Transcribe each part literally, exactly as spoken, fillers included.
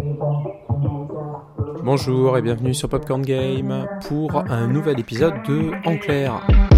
Bonjour et bienvenue sur Popcorn Game pour un nouvel épisode de En Clair.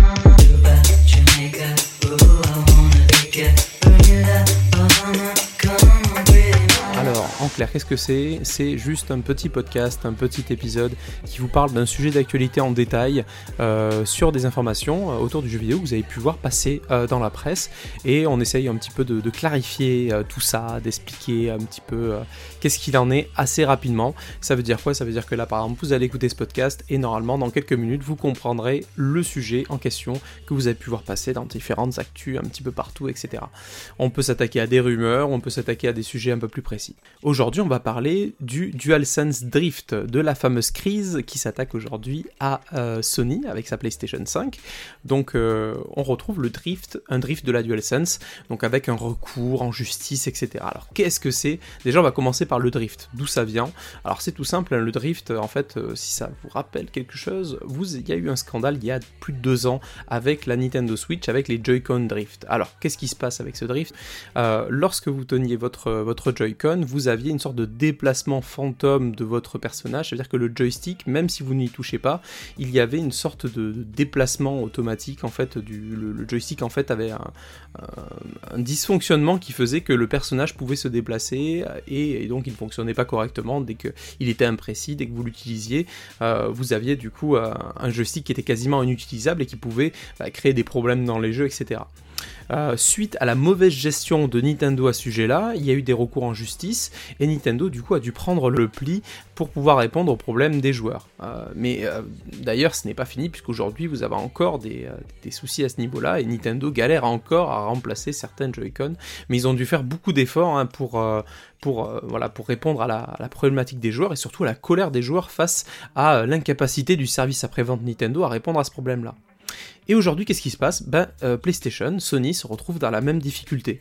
Alors, En Clair, qu'est-ce que c'est ? C'est juste un petit podcast, un petit épisode qui vous parle d'un sujet d'actualité en détail euh, sur des informations euh, autour du jeu vidéo que vous avez pu voir passer euh, dans la presse, et on essaye un petit peu de, de clarifier euh, tout ça, d'expliquer un petit peu euh, qu'est-ce qu'il en est assez rapidement. Ça veut dire quoi ? Ça veut dire que là, par exemple, vous allez écouter ce podcast et normalement, dans quelques minutes, vous comprendrez le sujet en question que vous avez pu voir passer dans différentes actus un petit peu partout, et cetera. On peut s'attaquer à des rumeurs, on peut s'attaquer à des sujets un peu plus précis. Aujourd'hui, on va parler du DualSense Drift, de la fameuse crise qui s'attaque aujourd'hui à euh, Sony avec sa PlayStation cinq. Donc, euh, on retrouve le drift, un drift de la DualSense, donc avec un recours en justice, et cetera. Alors, qu'est-ce que c'est ? Déjà, on va commencer par le drift. D'où ça vient ? Alors, c'est tout simple, hein, le drift, en fait, euh, si ça vous rappelle quelque chose, vous, il y a eu un scandale il y a plus de deux ans avec la Nintendo Switch, avec les Joy-Con Drift. Alors, qu'est-ce qui se passe avec ce drift ? euh, Lorsque vous teniez votre, votre Joy-Con, vous aviez une sorte de déplacement fantôme de votre personnage, c'est-à-dire que le joystick, même si vous n'y touchez pas, il y avait une sorte de, de déplacement automatique, en fait, du, le, le joystick, en fait, avait un, un, un dysfonctionnement qui faisait que le personnage pouvait se déplacer, et, et donc il ne fonctionnait pas correctement dès qu'il était imprécis, dès que vous l'utilisiez, euh, vous aviez du coup un, un joystick qui était quasiment inutilisable et qui pouvait bah, créer des problèmes dans les jeux, et cetera. Euh, suite à la mauvaise gestion de Nintendo à ce sujet-là, il y a eu des recours en justice, et Nintendo du coup a dû prendre le pli pour pouvoir répondre aux problèmes des joueurs. Euh, mais euh, d'ailleurs ce n'est pas fini, puisqu'aujourd'hui vous avez encore des, euh, des soucis à ce niveau-là, et Nintendo galère encore à remplacer certaines Joy-Con, mais ils ont dû faire beaucoup d'efforts hein, pour, euh, pour, euh, voilà, pour répondre à la, à la problématique des joueurs, et surtout à la colère des joueurs face à euh, l'incapacité du service après-vente Nintendo à répondre à ce problème-là. Et aujourd'hui, qu'est-ce qui se passe ? Ben, euh, PlayStation, Sony se retrouve dans la même difficulté.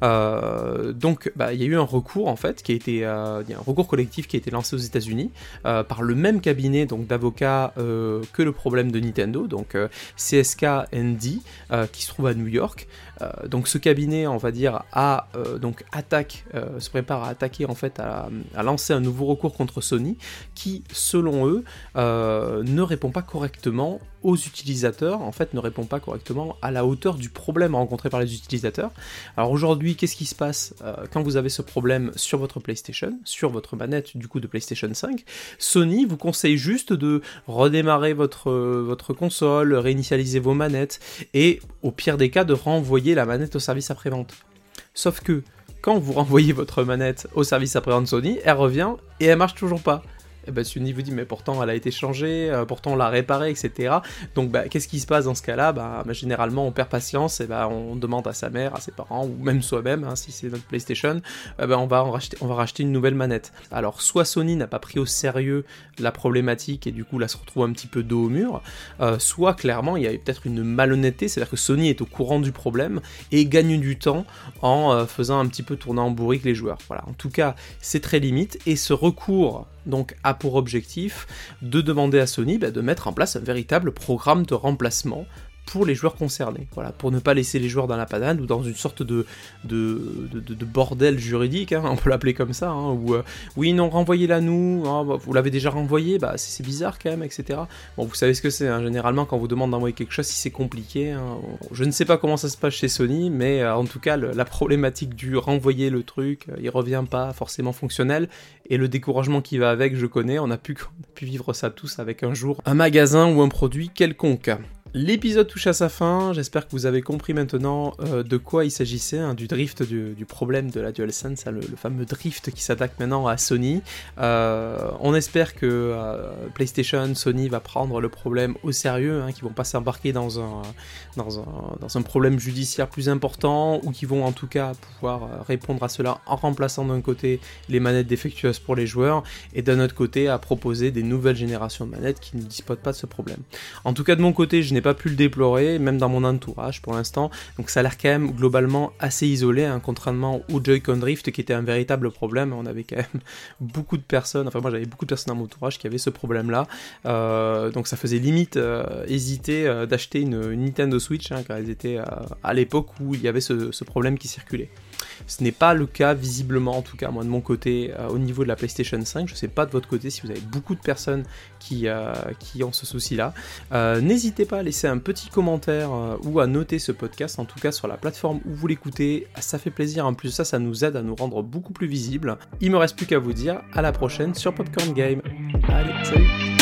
Euh, donc, bah, il y a eu un recours en fait, qui a été, euh, il y a un recours collectif qui a été lancé aux États-Unis euh, par le même cabinet donc d'avocats euh, que le problème de Nintendo, donc euh, C S K N D, euh, qui se trouve à New York. Euh, donc, ce cabinet, on va dire, a euh, donc attaque, euh, se prépare à attaquer en fait, à, à lancer un nouveau recours contre Sony, qui, selon eux, euh, ne répond pas correctement aux utilisateurs, en fait ne répond pas correctement à la hauteur du problème rencontré par les utilisateurs. Alors aujourd'hui, qu'est-ce qui se passe euh, quand vous avez ce problème sur votre PlayStation, sur votre manette du coup de PlayStation cinq ? Sony vous conseille juste de redémarrer votre, euh, votre console, réinitialiser vos manettes, et au pire des cas de renvoyer la manette au service après-vente. Sauf que, quand vous renvoyez votre manette au service après-vente Sony, elle revient et elle marche toujours pas. Et bah Sony vous dit mais pourtant elle a été changée, euh, pourtant on l'a réparée, et cetera. Donc bah qu'est-ce qui se passe dans ce cas-là ? Bah, bah généralement on perd patience et bah on demande à sa mère, à ses parents ou même soi-même, hein, si c'est notre PlayStation, euh, bah on va en racheter, on va racheter une nouvelle manette. Alors soit Sony n'a pas pris au sérieux la problématique et du coup là se retrouve un petit peu dos au mur, euh, soit clairement il y a peut-être une malhonnêteté, c'est-à-dire que Sony est au courant du problème et gagne du temps en euh, faisant un petit peu tourner en bourrique les joueurs. Voilà, en tout cas c'est très limite, et ce recours donc a pour objectif de demander à Sony bah, de mettre en place un véritable programme de remplacement pour les joueurs concernés, voilà, pour ne pas laisser les joueurs dans la panade ou dans une sorte de, de, de, de, de bordel juridique, hein, on peut l'appeler comme ça, hein, où euh, oui non, renvoyez-la nous, hein, bah, vous l'avez déjà renvoyé, bah c'est, c'est bizarre quand même, et cetera. Bon, vous savez ce que c'est, hein, généralement quand on vous demande d'envoyer quelque chose, si c'est compliqué, hein, je ne sais pas comment ça se passe chez Sony, mais euh, en tout cas le, la problématique du renvoyer le truc, euh, il revient pas forcément fonctionnel, et le découragement qui va avec, je connais, on a pu, on a pu vivre ça tous avec un jour un magasin ou un produit quelconque. L'épisode touche à sa fin, j'espère que vous avez compris maintenant euh, de quoi il s'agissait, hein, du drift, du, du problème de la DualSense, hein, le, le fameux drift qui s'attaque maintenant à Sony. Euh, on espère que euh, PlayStation, Sony va prendre le problème au sérieux, hein, qu'ils vont pas s'embarquer dans un, dans, un, dans un problème judiciaire plus important, ou qu'ils vont en tout cas pouvoir euh, répondre à cela en remplaçant d'un côté les manettes défectueuses pour les joueurs, et d'un autre côté à proposer des nouvelles générations de manettes qui ne disposent pas de ce problème. En tout cas de mon côté, je n'ai pas pu le déplorer, même dans mon entourage pour l'instant, donc ça a l'air quand même globalement assez isolé, hein, contrairement au Joy-Con Drift qui était un véritable problème. On avait quand même beaucoup de personnes, enfin moi j'avais beaucoup de personnes dans mon entourage qui avaient ce problème là, euh, donc ça faisait limite euh, hésiter euh, d'acheter une, une Nintendo Switch, hein, quand elles étaient euh, à l'époque où il y avait ce, ce problème qui circulait. Ce n'est pas le cas visiblement, en tout cas moi de mon côté, euh, au niveau de la PlayStation cinq. Je sais pas de votre côté si vous avez beaucoup de personnes qui, euh, qui ont ce souci-là. Euh, n'hésitez pas à laisser un petit commentaire euh, ou à noter ce podcast, en tout cas sur la plateforme où vous l'écoutez. Ça fait plaisir, en plus ça, ça nous aide à nous rendre beaucoup plus visibles. Il me reste plus qu'à vous dire à la prochaine sur Popcorn Game. Allez, salut!